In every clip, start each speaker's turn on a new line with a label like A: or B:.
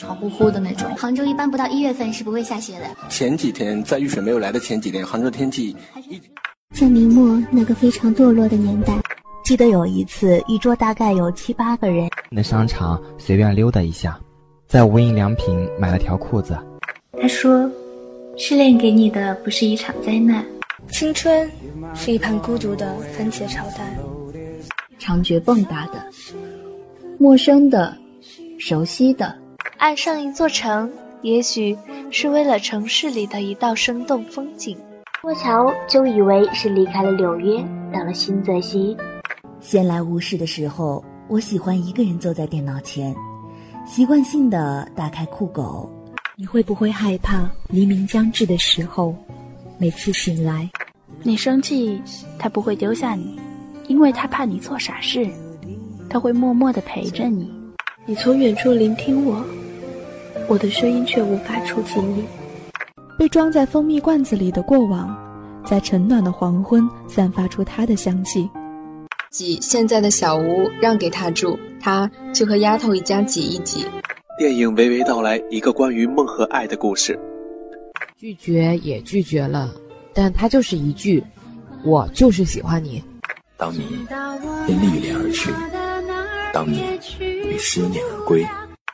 A: 潮乎乎的那种。
B: 杭州一般不到1月份是不会下雪的。
C: 前几天在雨水没有来的前几天，杭州天气
B: 在明末那个非常堕落的年代，
D: 记得有一次，一桌大概有7、8个人，
E: 在商场随便溜达一下，在无印良品买了条裤子。
F: 他说，失恋给你的不是一场灾难，
G: 青春是一盘孤独的番茄炒蛋。
A: 长觉蹦跶的，陌生的，熟悉的。
H: 爱上一座城，也许是为了城市里的一道生动风景。
I: 过桥就以为是离开了纽约，到了新泽西。
D: 闲来无事的时候，我喜欢一个人坐在电脑前，习惯性的打开酷狗。
J: 你会不会害怕黎明将至的时候，每次醒来，
F: 你生气，他不会丢下你，因为他怕你做傻事，他会默默地陪着你。
G: 你从远处聆听我，我的声音却无法触及你。
J: 被装在蜂蜜罐子里的过往，在晨暖的黄昏散发出它的香气。
K: 挤现在的小屋让给他住，他就和丫头一家挤一挤。
C: 电影娓娓道来一个关于梦和爱的故事。
L: 拒绝也拒绝了，但他就是一句，我就是喜欢你。
M: 当你因历练而去，当你为思念而归。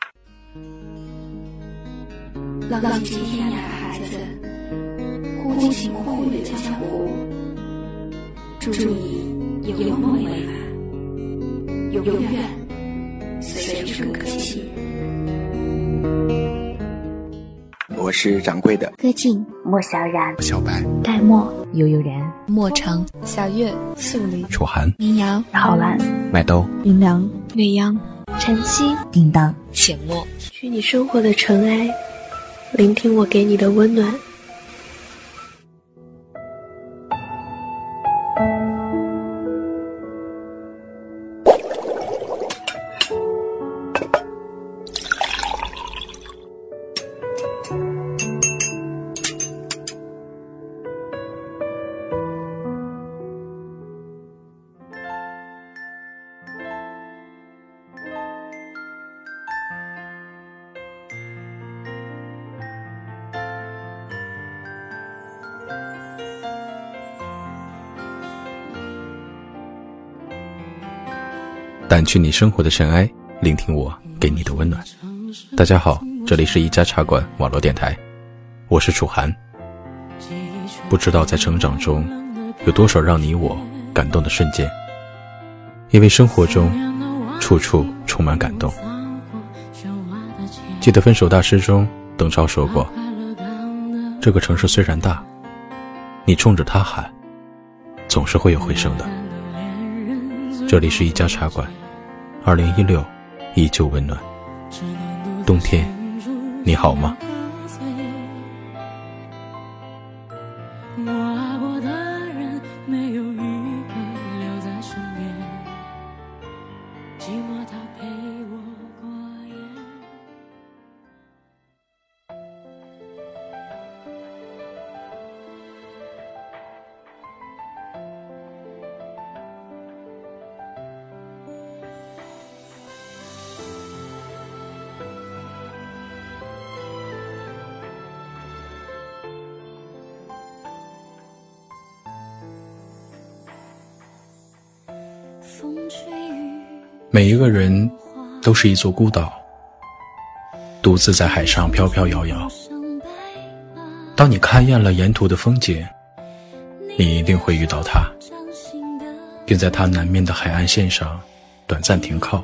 F: 浪迹天涯的孩子，忽晴忽雨的江湖，祝你有梦为马，永远随着歌起。
C: 我是掌柜的
B: 歌静、
I: 莫小然、
M: 小白、
F: 戴墨、
D: 悠悠然、
L: 莫成、
F: 小月、素丽、
M: 楚涵、
F: 民谣、郝兰、
M: 麦兜、
J: 林良、
F: 未央、
H: 晨曦、
D: 叮当、
L: 浅墨。
G: 去你生活的尘埃，聆听我给你的温暖。
M: 掸去你生活的尘埃，聆听我给你的温暖。大家好，这里是一家茶馆网络电台，我是楚涵。不知道在成长中有多少让你我感动的瞬间，因为生活中处处充满感动。记得《分手大师》中邓超说过，这个城市虽然大，你冲着它喊，总是会有回声的。这里是一家茶馆，2016依旧温暖。冬天你好吗？每一个人都是一座孤岛，独自在海上飘飘摇摇。当你看厌了沿途的风景，你一定会遇到他，并在他南面的海岸线上短暂停靠。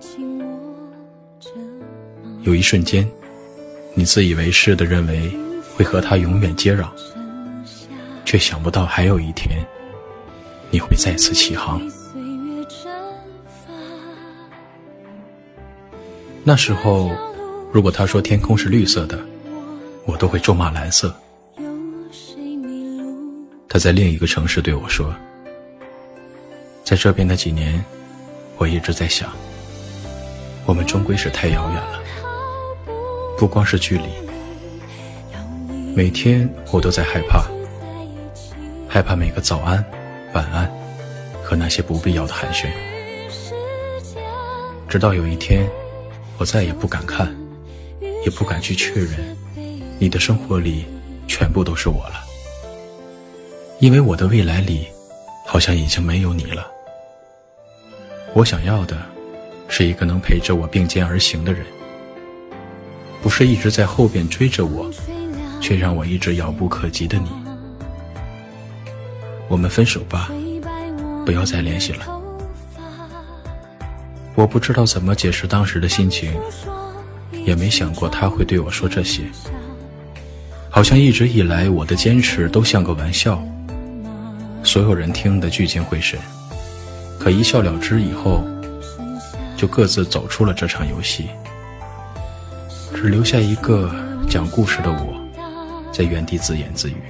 M: 有一瞬间，你自以为是地认为会和他永远接壤，却想不到还有一天你会再次起航。那时候，如果他说天空是绿色的，我都会咒骂蓝色。他在另一个城市对我说，在这边的几年，我一直在想，我们终归是太遥远了。不光是距离，每天我都在害怕每个早安、晚安和那些不必要的寒暄。直到有一天，我再也不敢看， 也不敢去确认你的生活里全部都是我了，因为我的未来里好像已经没有你了。我想要的是一个能陪着我并肩而行的人，不是一直在后边追着我却让我一直遥不可及的你。我们分手吧，不要再联系了。我不知道怎么解释当时的心情，也没想过他会对我说这些。好像一直以来我的坚持都像个玩笑，所有人听得聚精会神，可一笑了之以后，就各自走出了这场游戏，只留下一个讲故事的我在原地自言自语。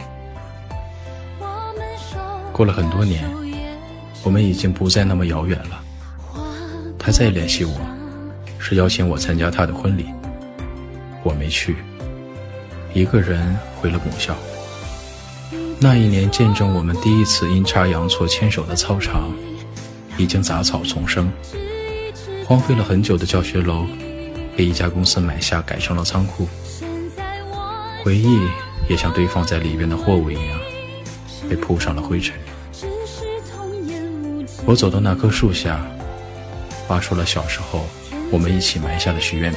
M: 过了很多年，我们已经不再那么遥远了。他再联系我，是邀请我参加他的婚礼，我没去，一个人回了母校。那一年见证我们第一次阴差阳错牵手的操场，已经杂草丛生，荒废了很久的教学楼被一家公司买下改成了仓库，回忆也像堆放在里边的货物一样被铺上了灰尘。我走到那棵树下，挖出了小时候我们一起埋下的许愿瓶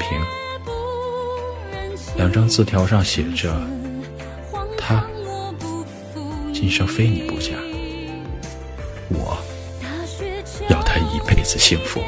M: ，2张字条上写着：他今生非你不嫁，我要他一辈子幸福。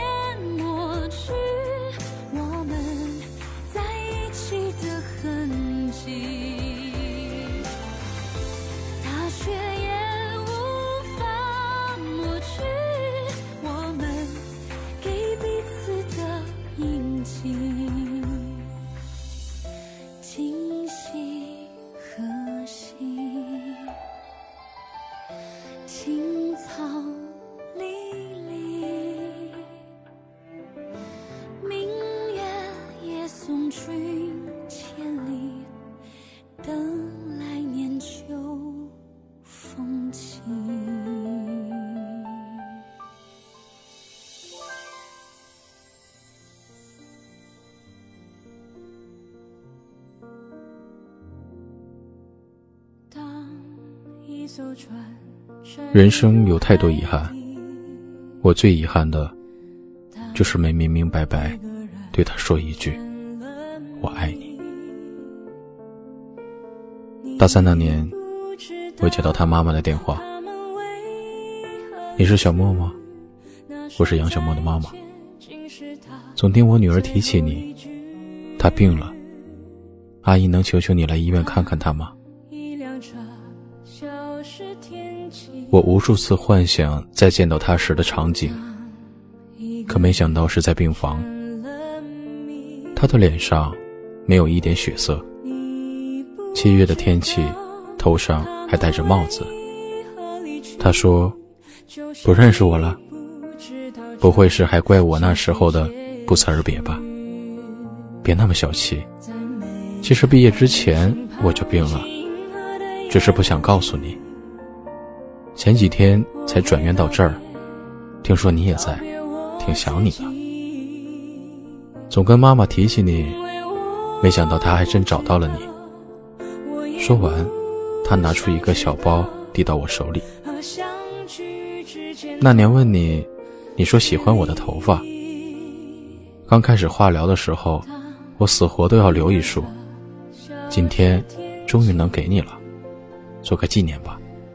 M: 人生有太多遗憾，我最遗憾的就是没明明白白对他说一句我爱你。大3那年，我接到他妈妈的电话：你是小莫吗？我是杨小莫的妈妈，总听我女儿提起你，她病了，阿姨能求求你来医院看看她吗？我无数次幻想再见到他时的场景，可没想到是在病房。他的脸上没有一点血色，7月的天气，头上还戴着帽子。他说不认识我了，不会是还怪我那时候的不辞而别吧？别那么小气，其实毕业之前我就病了，只是不想告诉你。前几天才转院到这儿，听说你也在，挺想你的。总跟妈妈提起你，没想到她还真找到了你。说完，她拿出一个小包递到我手里。那年问你，你说喜欢我的头发。刚开始化疗的时候，我死活都要留一束。今天终于能给你了，做个纪念吧。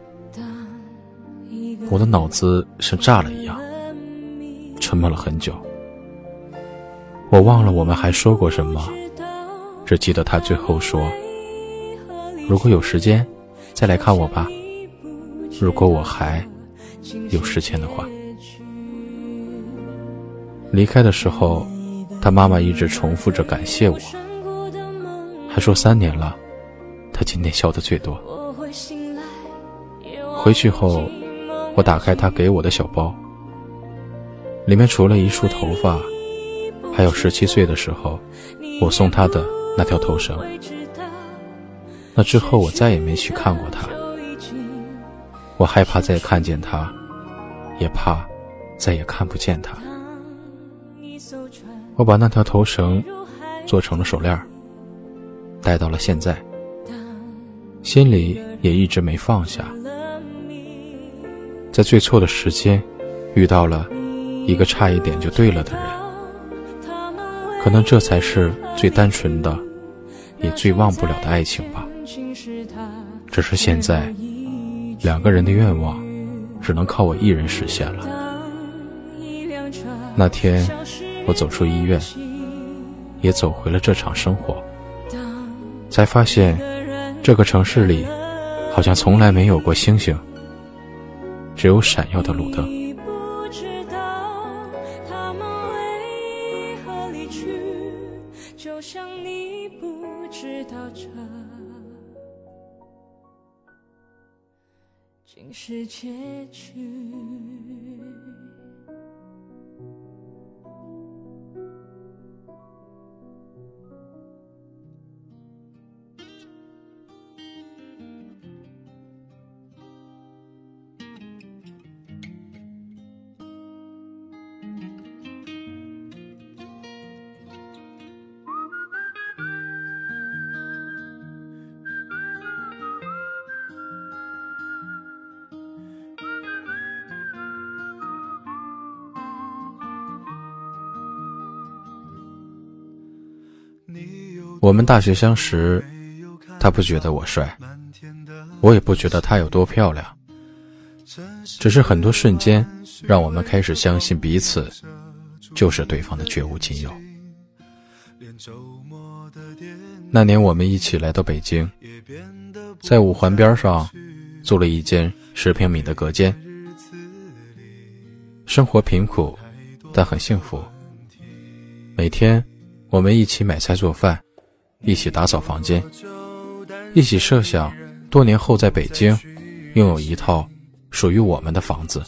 M: 我的脑子像炸了一样，沉默了很久。我忘了我们还说过什么，只记得他最后说：如果有时间再来看我吧，如果我还有时间的话。离开的时候，他妈妈一直重复着感谢我，还说3年了，他今天笑得最多。回去后，我打开他给我的小包，里面除了一束头发，还有17岁的时候我送他的那条头绳。那之后我再也没去看过他，我害怕再看见他，也怕再也看不见他。我把那条头绳做成了手链， 待到了现在，心里也一直没放下。在最错的时间遇到了一个差一点就对了的人，可能这才是最单纯的也最忘不了的爱情吧。只是现在两个人的愿望只能靠我一人实现了。那天我走出医院，也走回了这场生活，才发现这个城市里好像从来没有过星星，只有闪耀的路灯。
F: 就像你不知道这竟是结局。
M: 我们大学相识，他不觉得我帅，我也不觉得他有多漂亮，只是很多瞬间让我们开始相信彼此就是对方的绝无仅有。那年我们一起来到北京，在五环边上租了一间10平米的隔间，生活贫苦但很幸福。每天我们一起买菜做饭，一起打扫房间，一起设想多年后在北京拥有一套属于我们的房子。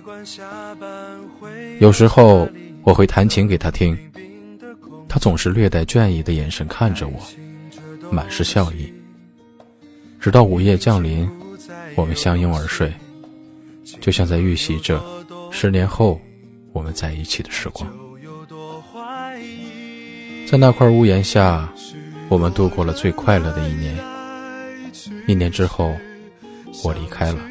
M: 有时候我会弹琴给他听，他总是略带倦意的眼神看着我，满是笑意。直到午夜降临，我们相拥而睡，就像在预习着10年后我们在一起的时光。在那块屋檐下，我们度过了最快乐的1年。1年之后，我离开了。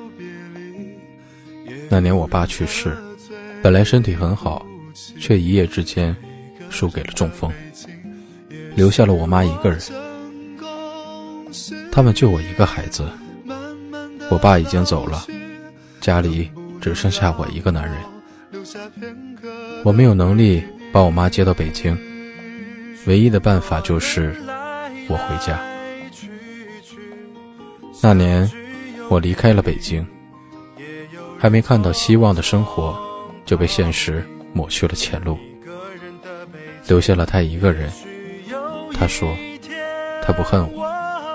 M: 那年我爸去世，本来身体很好，却一夜之间输给了中风，留下了我妈一个人。他们就我一个孩子，我爸已经走了，家里只剩下我一个男人。我没有能力把我妈接到北京，唯一的办法就是我回家。那年我离开了北京，还没看到希望的生活就被现实抹去了前路，留下了他一个人。他说他不恨我。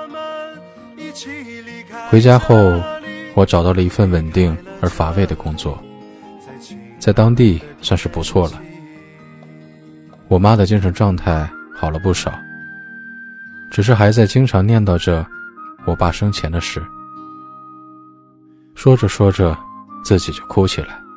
M: 回家后，我找到了一份稳定而乏味的工作，在当地算是不错了。我妈的精神状态好了不少，只是还在经常念叨着我爸生前的事。说着说着，自己就哭起来。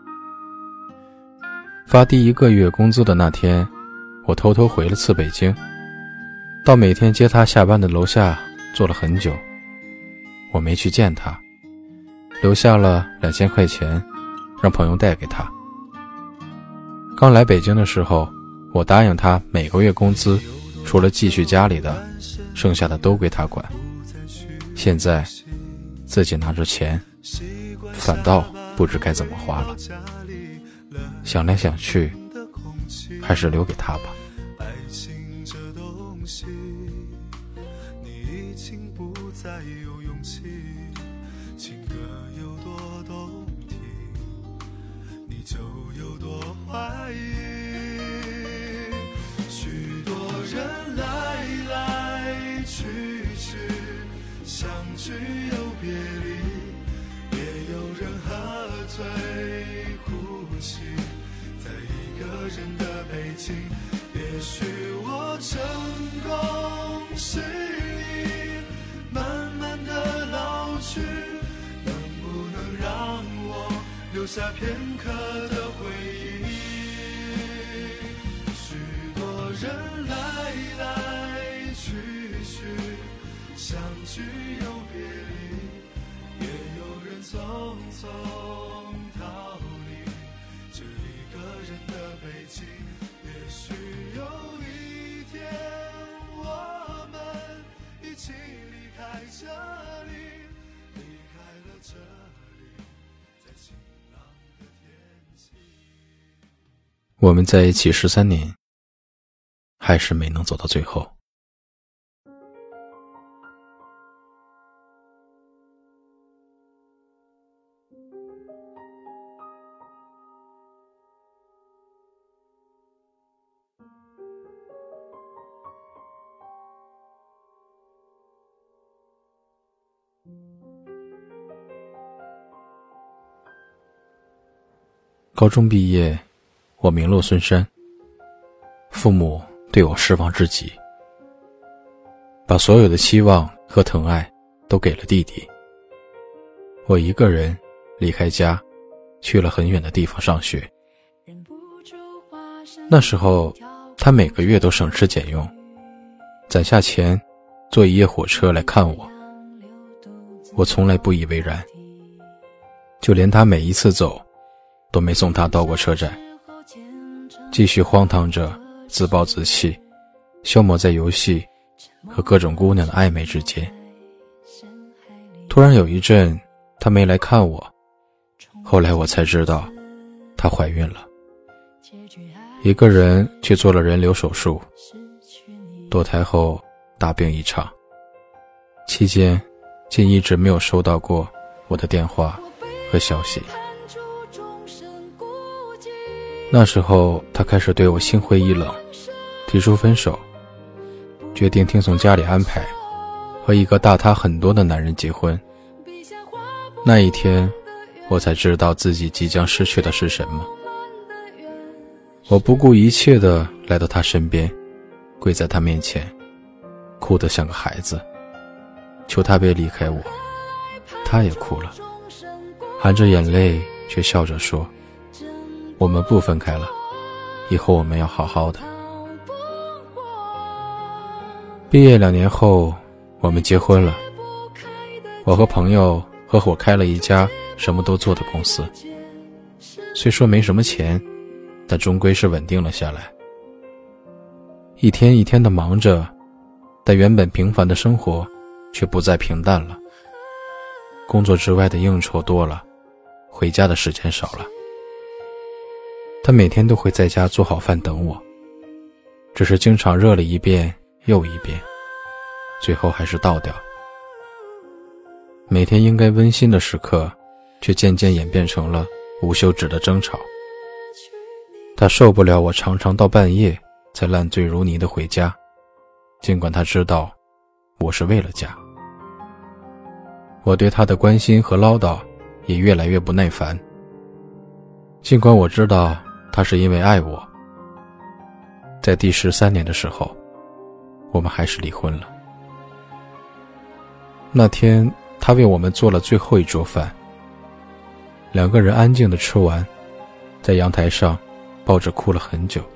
M: 发第1个月工资的那天，我偷偷回了次北京，到每天接他下班的楼下坐了很久。我没去见他，留下了2000块钱让朋友带给他。刚来北京的时候，我答应他每个月工资除了继续家里的，剩下的都归他管。现在自己拿着钱，反倒不知该怎么花了。想来想去，还是留给他吧。
N: 爱情这东西，你已经不再有勇气，情歌有多动听，你就有多怀疑。许多人来来去去，相聚又别离，也有人喝醉呼吸，在一个人的北京。也许我成功失意，慢慢的老去，能不能让我留下片刻的回忆？许多人来来去去， 相聚又别离，也有人匆匆逃离这一个人的北京。也许有一天我们一起离开这里，离开了这里，在晴朗的天气。
M: 我们在一起13年，还是没能走到最后。高中毕业，我名落孙山，父母对我失望至极，把所有的期望和疼爱都给了弟弟。我一个人离开家，去了很远的地方上学。那时候他每个月都省吃俭用，攒下钱坐一夜火车来看我。我从来不以为然，就连他每一次走都没送他到过车站，继续荒唐着自暴自弃，消磨在游戏和各种姑娘的暧昧之间。突然有一阵他没来看我，后来我才知道她怀孕了，一个人去做了人流手术，堕胎后大病一场，期间竟一直没有收到过我的电话和消息。那时候他开始对我心灰意冷，提出分手，决定听从家里安排，和一个大他很多的男人结婚。那一天我才知道自己即将失去的是什么。我不顾一切地来到他身边，跪在他面前，哭得像个孩子，求他别离开我。他也哭了，含着眼泪却笑着说，我们不分开了，以后我们要好好的。毕业2年后，我们结婚了。我和朋友合伙开了一家什么都做的公司，虽说没什么钱，但终归是稳定了下来。一天一天的忙着，但原本平凡的生活却不再平淡了。工作之外的应酬多了，回家的时间少了。他每天都会在家做好饭等我，只是经常热了一遍又一遍，最后还是倒掉。每天应该温馨的时刻，却渐渐演变成了无休止的争吵。他受不了我常常到半夜才烂醉如泥的回家，尽管他知道我是为了家。我对他的关心和唠叨也越来越不耐烦，尽管我知道他是因为爱我。在第13年的时候，我们还是离婚了。那天他为我们做了最后一桌饭，2个人安静地吃完，在阳台上抱着哭了很久。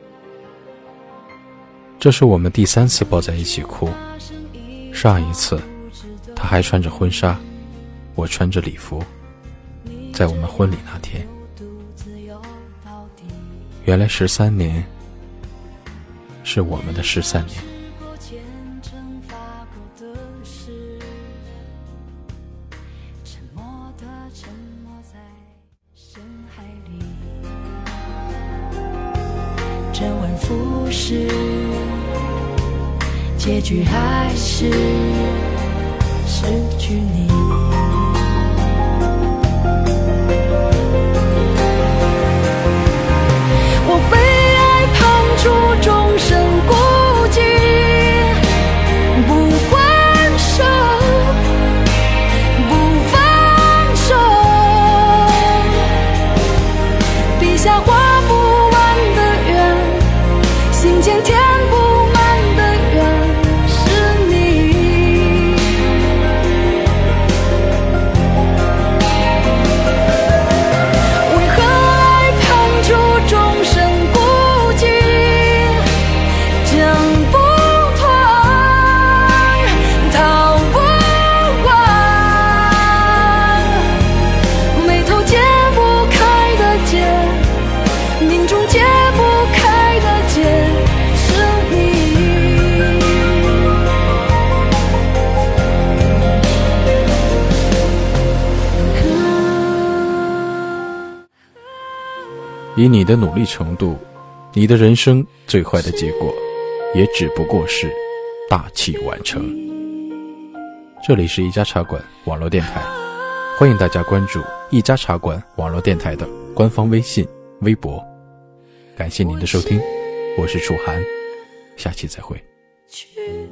M: 这是我们第3次抱在一起哭，上一次他还穿着婚纱，我穿着礼服，在我们婚礼那天。原来13年是我们的13年。
F: 周而复始，结局还是失去你。我被爱碰触，终身孤寂，不还手，不放手，笔下画不完的圆，心间填不满的缘，是你。为何爱碰触，终身孤寂，挣不脱，逃不
M: 以你的努力程度，你的人生最坏的结果也只不过是大器晚成。这里是一家茶馆网络电台，欢迎大家关注一家茶馆网络电台的官方微信、微博。感谢您的收听，我是楚涵，下期再会。